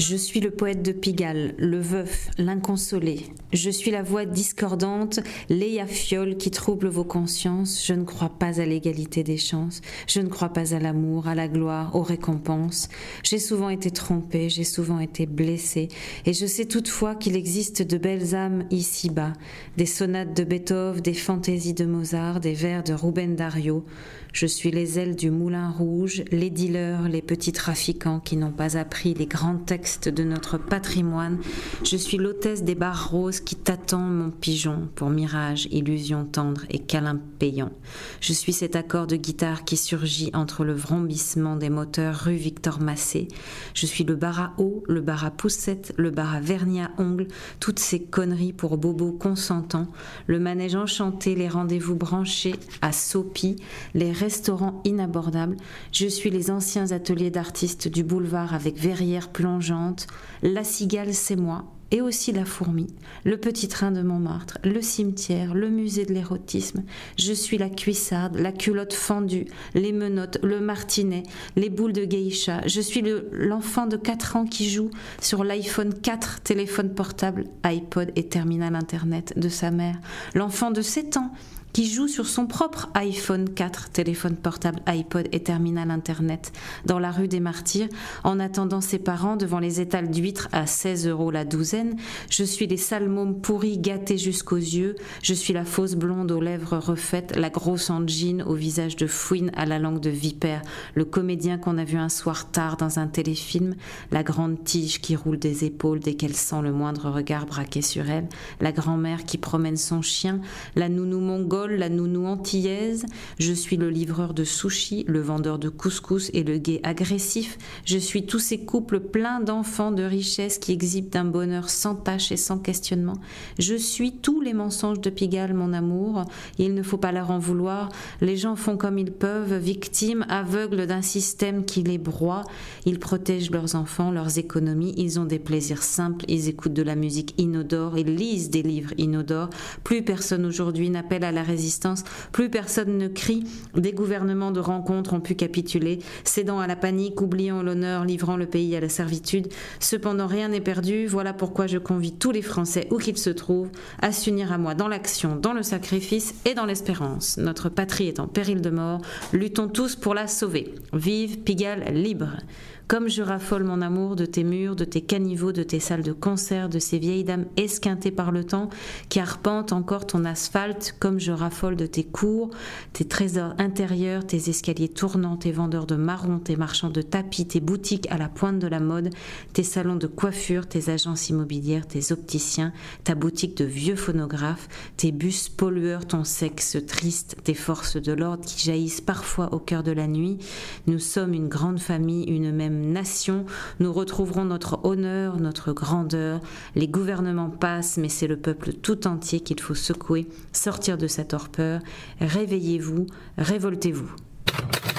Je suis le poète de Pigalle, le veuf, l'inconsolé. Je suis la voix discordante, Léa Fiole qui trouble vos consciences. Je ne crois pas à l'égalité des chances. Je ne crois pas à l'amour, à la gloire, aux récompenses. J'ai souvent été trompée, j'ai souvent été blessée. Et je sais toutefois qu'il existe de belles âmes ici-bas. Des sonates de Beethoven, des fantaisies de Mozart, des vers de Ruben Dario. Je suis les ailes du Moulin Rouge, les dealers, les petits trafiquants qui n'ont pas appris les grands textes de notre patrimoine. Je suis l'hôtesse des bars roses qui t'attend, mon pigeon, pour mirage, illusion tendre et câlin payant. Je suis cet accord de guitare qui surgit entre le vrombissement des moteurs rue Victor Massé. Je suis le bar à eau, le bar à poussette, le bar à vernis à ongles, toutes ces conneries pour bobos consentants, le manège enchanté, les rendez-vous branchés à Sopi, les restaurants inabordables. Je suis les anciens ateliers d'artistes du boulevard avec verrières plongeantes. La cigale, c'est moi, et aussi la fourmi, le petit train de Montmartre, le cimetière, le musée de l'érotisme. Je suis la cuissarde, la culotte fendue, les menottes, le martinet, les boules de geisha. Je suis l'enfant de 4 ans qui joue sur l'iPhone 4, téléphone portable, iPod et terminal internet de sa mère. L'enfant de 7 ans qui joue sur son propre iPhone 4, téléphone portable, iPod et terminal internet dans la rue des Martyrs, en attendant ses parents devant les étals d'huîtres à 16 € la douzaine. Je suis les sales mômes pourris gâtés jusqu'aux yeux. Je suis la fausse blonde aux lèvres refaites, la grosse en jean au visage de fouine à la langue de vipère, le comédien qu'on a vu un soir tard dans un téléfilm, la grande tige qui roule des épaules dès qu'elle sent le moindre regard braqué sur elle, la grand-mère qui promène son chien, la nounou mongole, la nounou antillaise. Je suis le livreur de sushis, le vendeur de couscous et le gay agressif. Je suis tous ces couples pleins d'enfants de richesse qui exhibent un bonheur sans tache et sans questionnement. Je suis tous les mensonges de Pigalle, mon amour. Il ne faut pas leur en vouloir. Les gens font comme ils peuvent, victimes, aveugles d'un système qui les broie. Ils protègent leurs enfants, leurs économies. Ils ont des plaisirs simples. Ils écoutent de la musique inodore. Ils lisent des livres inodores. Plus personne aujourd'hui n'appelle à la résistance, plus personne ne crie. Des gouvernements de rencontres ont pu capituler, cédant à la panique, oubliant l'honneur, livrant le pays à la servitude. Cependant, rien n'est perdu. Voilà pourquoi je convie tous les Français, où qu'ils se trouvent, à s'unir à moi dans l'action, dans le sacrifice et dans l'espérance. Notre patrie est en péril de mort. Luttons tous pour la sauver. Vive Pigalle libre! Comme je raffole mon amour de tes murs, de tes caniveaux, de tes salles de concert, de ces vieilles dames esquintées par le temps qui arpentent encore ton asphalte, comme je raffole de tes cours, tes trésors intérieurs, tes escaliers tournants, tes vendeurs de marrons, tes marchands de tapis, tes boutiques à la pointe de la mode, tes salons de coiffure, tes agences immobilières, tes opticiens, ta boutique de vieux phonographes, tes bus pollueurs, ton sexe triste, tes forces de l'ordre qui jaillissent parfois au cœur de la nuit. Nous sommes une grande famille, une même nation, nous retrouverons notre honneur, notre grandeur. Les gouvernements passent, mais c'est le peuple tout entier qu'il faut secouer, sortir de sa torpeur. Réveillez-vous, révoltez-vous.